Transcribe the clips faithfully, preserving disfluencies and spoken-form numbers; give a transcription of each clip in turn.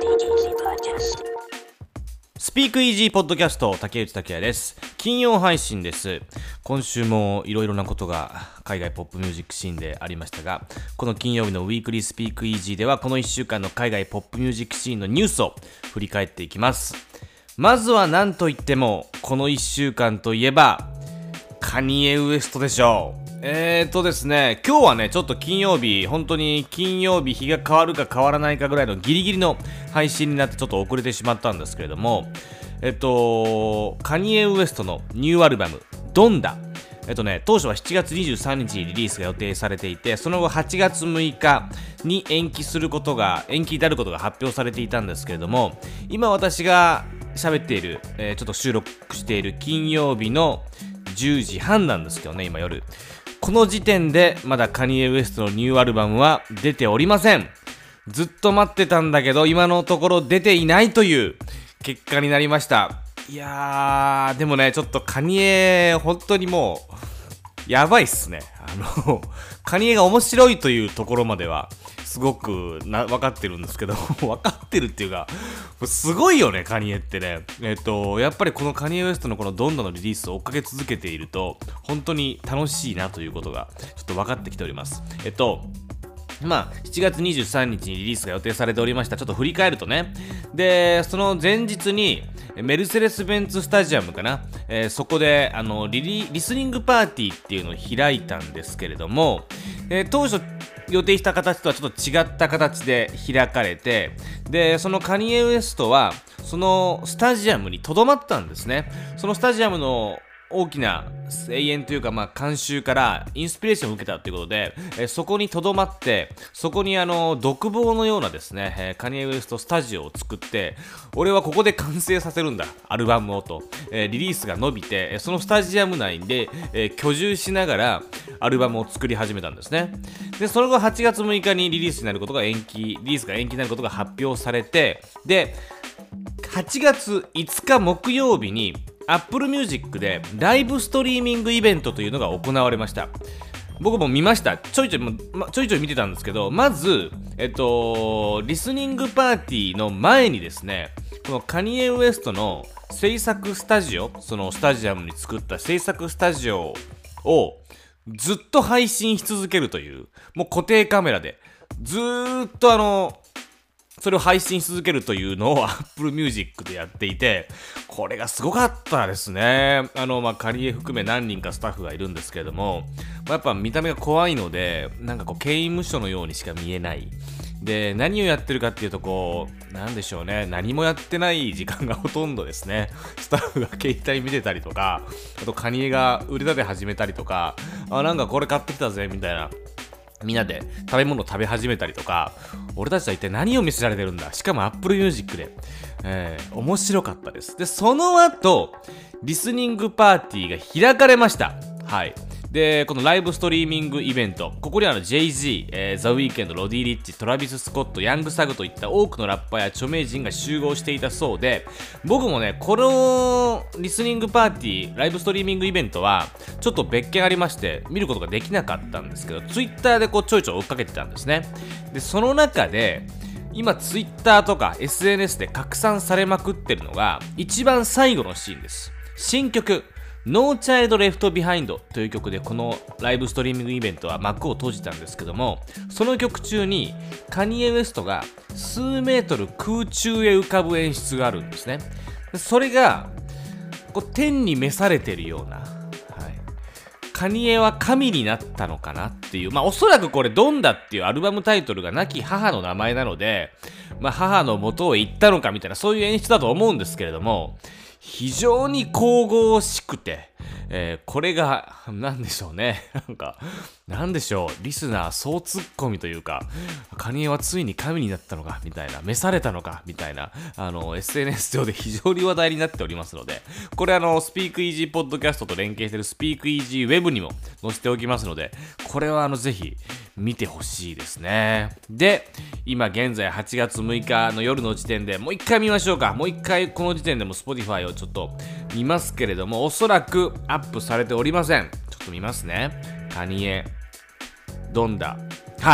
スピークイージーポッドキャスト、竹内拓也です。金曜配信です。今週もいろいろなことが海外ポップミュージックシーンでありましたが、この金曜日のウィークリースピークイージーではこのいっしゅうかんの海外ポップミュージックシーンのニュースを振り返っていきます。まずは何といってもこのいっしゅうかんといえばカニエ・ウエストでしょう。えーとですね、今日はね、ちょっと金曜日、本当に金曜日日が変わるか変わらないかぐらいのギリギリの配信になってちょっと遅れてしまったんですけれども、えっと、カニエ・ウエストのニューアルバム、ドンダ。えっとね、当初はしちがつにじゅうさんにちにリリースが予定されていて、その後はちがつむいかに延期することが、延期になることが発表されていたんですけれども、今私が喋っている、えー、ちょっと収録している金曜日のじゅうじはんなんですけどね、今夜。この時点でまだカニエ・ウエストのニューアルバムは出ておりません。ずっと待ってたんだけど今のところ出ていないという結果になりました。いやーでもね、ちょっとカニエ本当にもうやばいっすね。あのカニエが面白いというところまではすごくな分かってるんですけど分かってるっていうかすごいよね、カニエってね。えっとやっぱりこのカニエ・ウエストのこのドンダのリリースを追っかけ続けていると本当に楽しいなということがちょっと分かってきております。えっとまあしちがつにじゅうさんにちにリリースが予定されておりました。ちょっと振り返るとね、でその前日にメルセデス・ベンツスタジアムかな、えー、そこであのリリリスニングパーティーっていうのを開いたんですけれども、えー、当初予定した形とはちょっと違った形で開かれて、でそのカニエ・ウエストはそのスタジアムにとどまったんですね。そのスタジアムの大きな声援というか、まあ、監修からインスピレーションを受けたということで、えー、そこにとどまって、そこにあの独房のようなですね、えー、カニエ・ウエストスタジオを作って、俺はここで完成させるんだアルバムをと、えー、リリースが伸びて、そのスタジアム内で、えー、居住しながらアルバムを作り始めたんですね。でその後はちがつむいかにリリースになることが延期リリースが延期になることが発表されて、ではちがついつか木曜日にApple Music でライブストリーミングイベントというのが行われました。僕も見ました。ちょいちょい、ま、ちょいちょい見てたんですけど、まず、えっと、リスニングパーティーの前にですね、このカニエ・ウエストの制作スタジオ、そのスタジアムに作った制作スタジオをずっと配信し続けるという、もう固定カメラで、ずーっとあの、それを配信し続けるというのを Apple Music でやっていて、これがすごかったですね。あの、まあ、カニエ含め何人かスタッフがいるんですけれども、まあ、やっぱ見た目が怖いので、なんかこう刑務所のようにしか見えない。で、何をやってるかっていうと、こう、なんでしょうね、何もやってない時間がほとんどですね。スタッフが携帯見てたりとか、あとカニエが売り立て始めたりとか、あ、なんかこれ買ってきたぜみたいな。みんなで食べ物を食べ始めたりとか、俺たちは一体何を見せられてるんだ、しかも Apple Music で、えー、面白かったです。でその後リスニングパーティーが開かれました。はい。でこのライブストリーミングイベント、ここにはあの ジェイジー、えー、ザ・ウィークエンド、ロディ・リッチ、トラビス・スコット、ヤング・サグといった多くのラッパーや著名人が集合していたそうで、僕もねこのリスニングパーティーライブストリーミングイベントはちょっと別件ありまして見ることができなかったんですけど、ツイッターでこうちょいちょい追っかけてたんですね。でその中で今ツイッターとか エスエヌエス で拡散されまくってるのが一番最後のシーンです。新曲No Child Left Behind という曲でこのライブストリーミングイベントは幕を閉じたんですけども、その曲中にカニエ・ウエストが数メートル空中へ浮かぶ演出があるんですね。それがこう天に召されてるような、はい、カニエは神になったのかなっていう、まあおそらくこれドンダっていうアルバムタイトルが亡き母の名前なので、まあ母の元へ行ったのかみたいなそういう演出だと思うんですけれども、非常に神々しくて、えー、これが何でしょうね、なんか何でしょう、リスナー総ツッコミというか、カニエはついに神になったのかみたいな、召されたのかみたいな、あの エスエヌエス 上で非常に話題になっておりますので、これあのスピークイージーポッドキャストと連携しているスピークイージーウェブにも載せておきますので、これはあのぜひ見てほしいですね。で今現在はちがつむいかの夜の時点でもう一回見ましょうか。もう一回この時点でも Spotify をちょっと見ますけれども、おそらくアップされておりません。ちょっと見ますね。カニエドンダ、はい、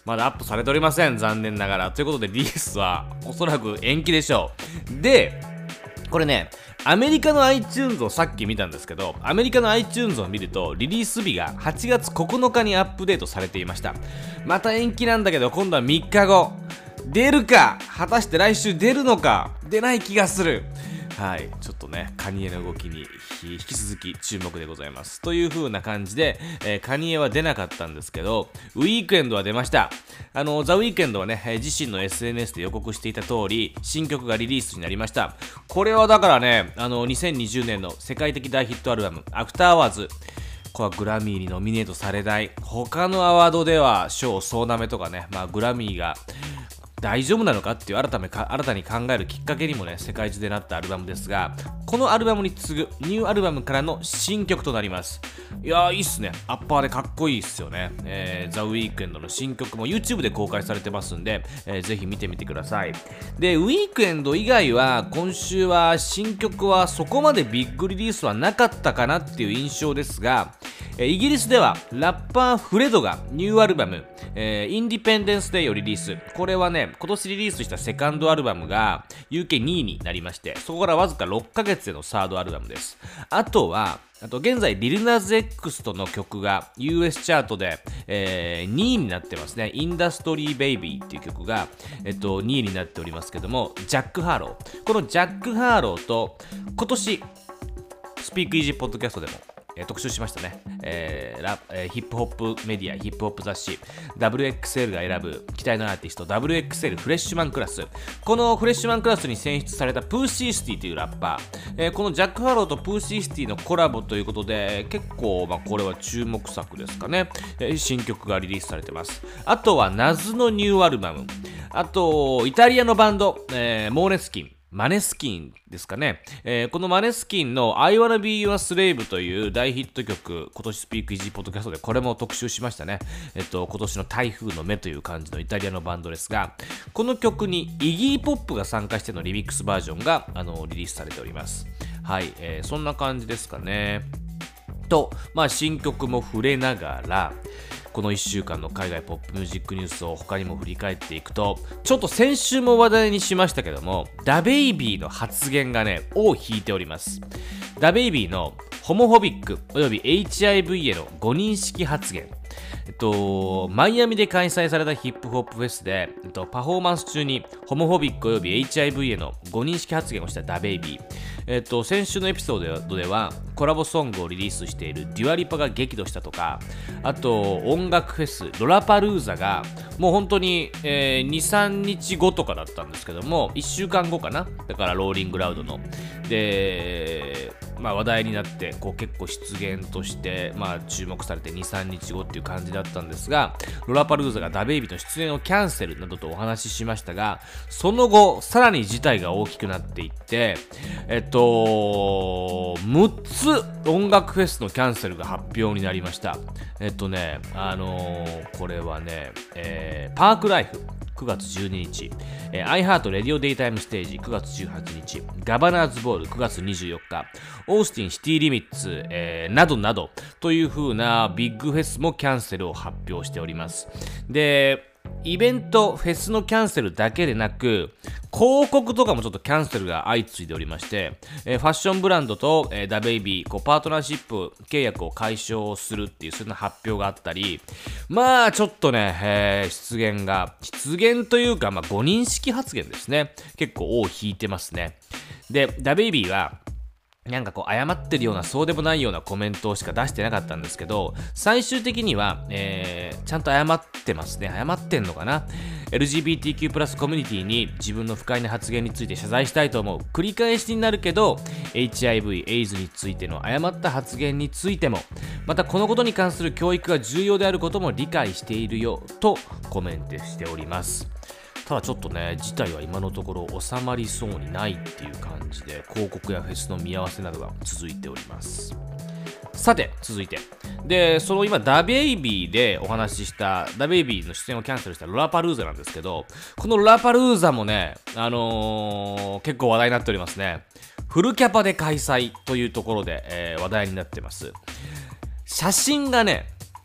まだアップされておりません。残念ながら。ということでリリースはおそらく延期でしょう。で、これね、アメリカの iTunes をさっき見たんですけど、アメリカの iTunes を見るとリリース日がはちがつここのかにアップデートされていました。また延期なんだけど、今度はみっかご。出るか、果たして来週出るのか、出ない気がする。はい、ちょっとね、カニエの動きに引き続き注目でございます。という風な感じで、えー、カニエは出なかったんですけど、ウィークエンドは出ました。あの、ザ・ウィークエンドはね、えー、自身の エスエヌエス で予告していた通り、新曲がリリースになりました。これはだからね、あの、にせんにじゅうねんの世界的大ヒットアルバム、アフターアワーズ。これはグラミーにノミネートされない。他のアワードでは賞総なめとかね、まあグラミーが大丈夫なのかっていう新たにか新たに考えるきっかけにもね、世界中でなったアルバムですが、このアルバムに次ぐニューアルバムからの新曲となります。いやーいいっすね。アッパーでかっこいいっすよね。えー、ザ・ウィークエンドの新曲も YouTube で公開されてますんで、えー、ぜひ見てみてください。で、ウィークエンド以外は今週は新曲はそこまでビッグリリースはなかったかなっていう印象ですが、イギリスではラッパーフレドがニューアルバム、えー、インディペンデンスデイをリリース。これはね、今年リリースしたセカンドアルバムが ユーケーにいになりまして、そこからわずかろっかげつでのサードアルバムです。あとは、あと現在リルナズ X との曲が ユーエス チャートで、えー、にいになってますね。インダストリーベイビーっていう曲が、えっと、にいになっておりますけども、ジャック・ハーロー。このジャック・ハーローと今年スピークイージーポッドキャストでもえー、特集しましたね、えーラえー、ヒップホップメディア、ヒップホップ雑誌 ダブリューエックスエル が選ぶ期待のアーティスト ダブリューエックスエル フレッシュマンクラス。このフレッシュマンクラスに選出されたプーシーシティというラッパー、えー、このジャック・ハローとプーシーシティのコラボということで結構、まあ、これは注目作ですかね、えー、新曲がリリースされてます。あとはナズのニューアルバム、あとイタリアのバンド、えー、モーネスキンマネスキンですかね、えー、このマネスキンの I Wanna Be Your Slave という大ヒット曲、今年スピークイージーポッドキャストでこれも特集しましたね。えっと、今年の台風の目という感じのイタリアのバンドですが、この曲にイギーポップが参加してのリミックスバージョンがあのリリースされております。はい、えー、そんな感じですかね。と、まあ新曲も触れながら、このいっしゅうかんの海外ポップミュージックニュースを他にも振り返っていくと、ちょっと先週も話題にしましたけども、ダベイビーの発言がね、尾を引いております。ダベイビーのホモフォビックおよび エイチアイブイ への誤認識発言。えっと、マイアミで開催されたヒップホップフェスで、えっと、パフォーマンス中にホモフォビックおよび エイチアイブイ への誤認識発言をしたダベイビー。えっと、先週のエピソードではコラボソングをリリースしているデュアリパが激怒したとか、あと音楽フェスロラパルーザがもう本当に、えー、にさんにちごとかだったんですけども、いっしゅうかんごかな、だからローリングラウドので、まあ、話題になってこう結構出現として、まあ、注目されてにさんにちごっていう感じだったんですが、ロラパルーザがダベイビーの出演をキャンセルなどとお話ししましたが、その後さらに事態が大きくなっていって、えっとむっつ音楽フェスのキャンセルが発表になりました。えっとねあのー、これはね、えー、パークライフくがつじゅうににち、えー、iHeart レディオデイタイムステージくがつじゅうはちにち、ガバナーズボールくがつにじゅうよっか、オースティンシティリミッツ、えー、などなどという風なビッグフェスもキャンセルを発表しております。で、イベントフェスのキャンセルだけでなく、広告とかもちょっとキャンセルが相次いでおりまして、えー、ファッションブランドと、えー、ダベイビーこうパートナーシップ契約を解消するっていうそんな発表があったり、まあちょっとね、えー、失言が失言というか、まあ、誤認識発言ですね。結構尾を引いてますね。で、ダベイビーはなんかこう謝ってるようなそうでもないようなコメントしか出してなかったんですけど、最終的には、えー、ちゃんと謝ってますね。謝ってんのかな。 エルジービーティーキュー プラスコミュニティに自分の不快な発言について謝罪したいと思う。繰り返しになるけど エイチアイブイ エイズについての誤った発言についても、またこのことに関する教育が重要であることも理解しているよとコメントしております。ただちょっとね、事態は今のところ収まりそうにないっていう感じで、広告やフェスの見合わせなどが続いております。さて続いてで、その今ダベイビーでお話ししたダベイビーの出演をキャンセルしたロラパルーザなんですけど、このロラパルーザもね、あのー、結構話題になっておりますね。フルキャパで開催というところで、えー、話題になってます。写真がね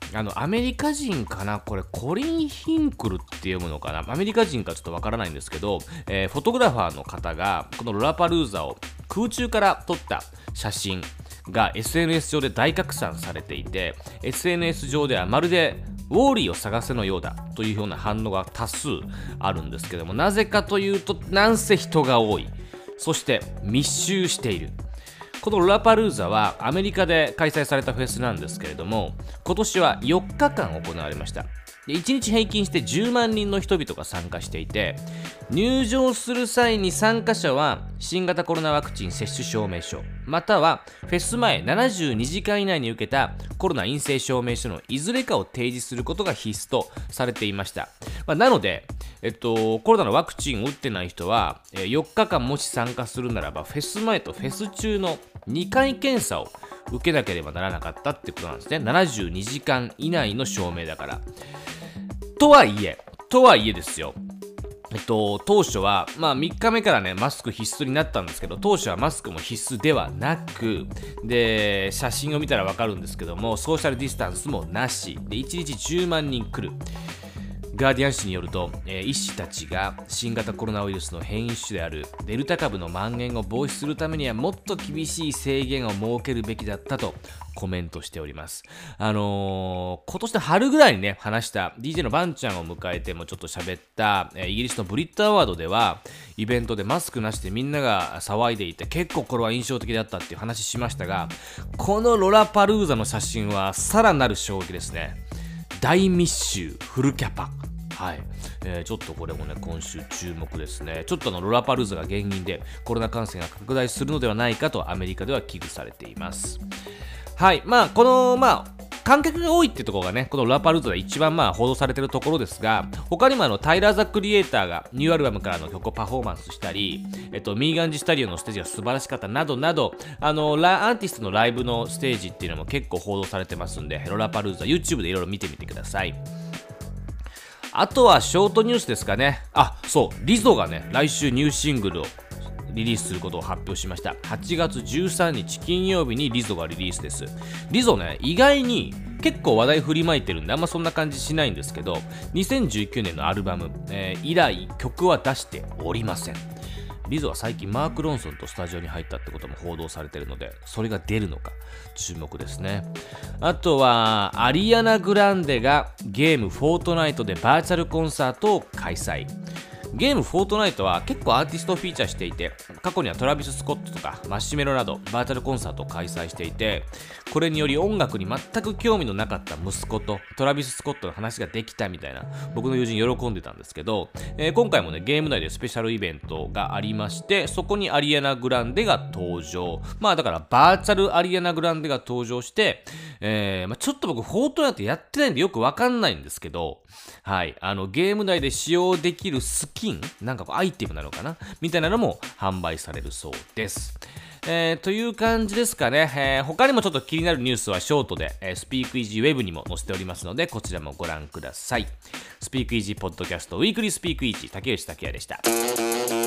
あのアメリカ人かな、これコリン・ヒンクルって読むのかな、アメリカ人かちょっとわからないんですけど、えー、フォトグラファーの方がこのロラパルーザを空中から撮った写真が エスエヌエス 上で大拡散されていて、 エスエヌエス 上ではまるでウォーリーを探せのようだというような反応が多数あるんですけども、なぜかというとなんせ人が多い、そして密集している。このロラパルーザはアメリカで開催されたフェスなんですけれども、今年はよっかかん行われました。でいちにち平均してじゅうまんにんの人々が参加していて、入場する際に参加者は新型コロナワクチン接種証明書またはフェス前ななじゅうにじかん以内に受けたコロナ陰性証明書のいずれかを提示することが必須とされていました。まあ、なので、えっと、コロナのワクチンを打ってない人はよっかかんもし参加するならばフェス前とフェス中のにかい検査を受けなければならなかったってことなんですね。ななじゅうにじかん以内の証明だから。とはいえ、とはいえですよ。えっと、当初は、まあみっかめからね、マスク必須になったんですけど、当初はマスクも必須ではなく、で、写真を見たらわかるんですけども、ソーシャルディスタンスもなし、で、いちにちじゅうまんにん来る。ガーディアン紙によると、えー、医師たちが新型コロナウイルスの変異種であるデルタ株の蔓延を防止するためにはもっと厳しい制限を設けるべきだったとコメントしております。あのー、今年の春ぐらいにね話した ディージェー のバンちゃんを迎えてもちょっと喋った、えー、イギリスのブリットアワードではイベントでマスクなしでみんなが騒いでいて結構これは印象的だったっていう話しましたが、このロラパルーザの写真はさらなる衝撃ですね。大密集フルキャパ、はい、えー、ちょっとこれもね今週注目ですね。ちょっとあのロラパルーザが原因でコロナ感染が拡大するのではないかとアメリカでは危惧されています。はい、まあこのまあ観客が多いってところがねこのロラパルーザで一番まあ報道されているところですが、他にもあのタイラー・ザ・クリエイターがニューアルバムからの曲をパフォーマンスしたり、えっと、ミーガンジ・スタリオのステージが素晴らしかったなどなど、あのラアーティストのライブのステージっていうのも結構報道されてますんで、ロラパルーザ YouTube でいろいろ見てみてください。あとはショートニュースですかね。あ、そう、リゾがね来週ニューシングルをリリースすることを発表しました。はちがつじゅうさんにち金曜日にリゾがリリースです。リゾね、意外に結構話題振りまいてるんであんまそんな感じしないんですけど、にせんじゅうきゅうねんのアルバム、えー、以来曲は出しておりません。リゾは最近マーク・ロンソンとスタジオに入ったってことも報道されているので、それが出るのか注目ですね。あとはアリアナ・グランデがゲームフォートナイトでバーチャルコンサートを開催。ゲームフォートナイトは結構アーティストをフィーチャーしていて、過去にはトラビス・スコットとかマシュメロなどバーチャルコンサートを開催していて、これにより音楽に全く興味のなかった息子とトラビス・スコットの話ができたみたいな、僕の友人喜んでたんですけど、えー、今回もねゲーム内でスペシャルイベントがありまして、そこにアリアナ・グランデが登場。まあだからバーチャルアリアナ・グランデが登場して、えーまあ、ちょっと僕フォートナイトやってないんでよくわかんないんですけど、はい、あのゲーム内で使用できるスキン、なんかこうアイテムなのかなみたいなのも販売されるそうです。えー、という感じですかね。えー、他にもちょっと気になるニュースはショートで、えー、スピークイージーウェブにも載せておりますので、こちらもご覧ください。スピークイージーポッドキャストウィークリースピークイージー竹内拓也でした。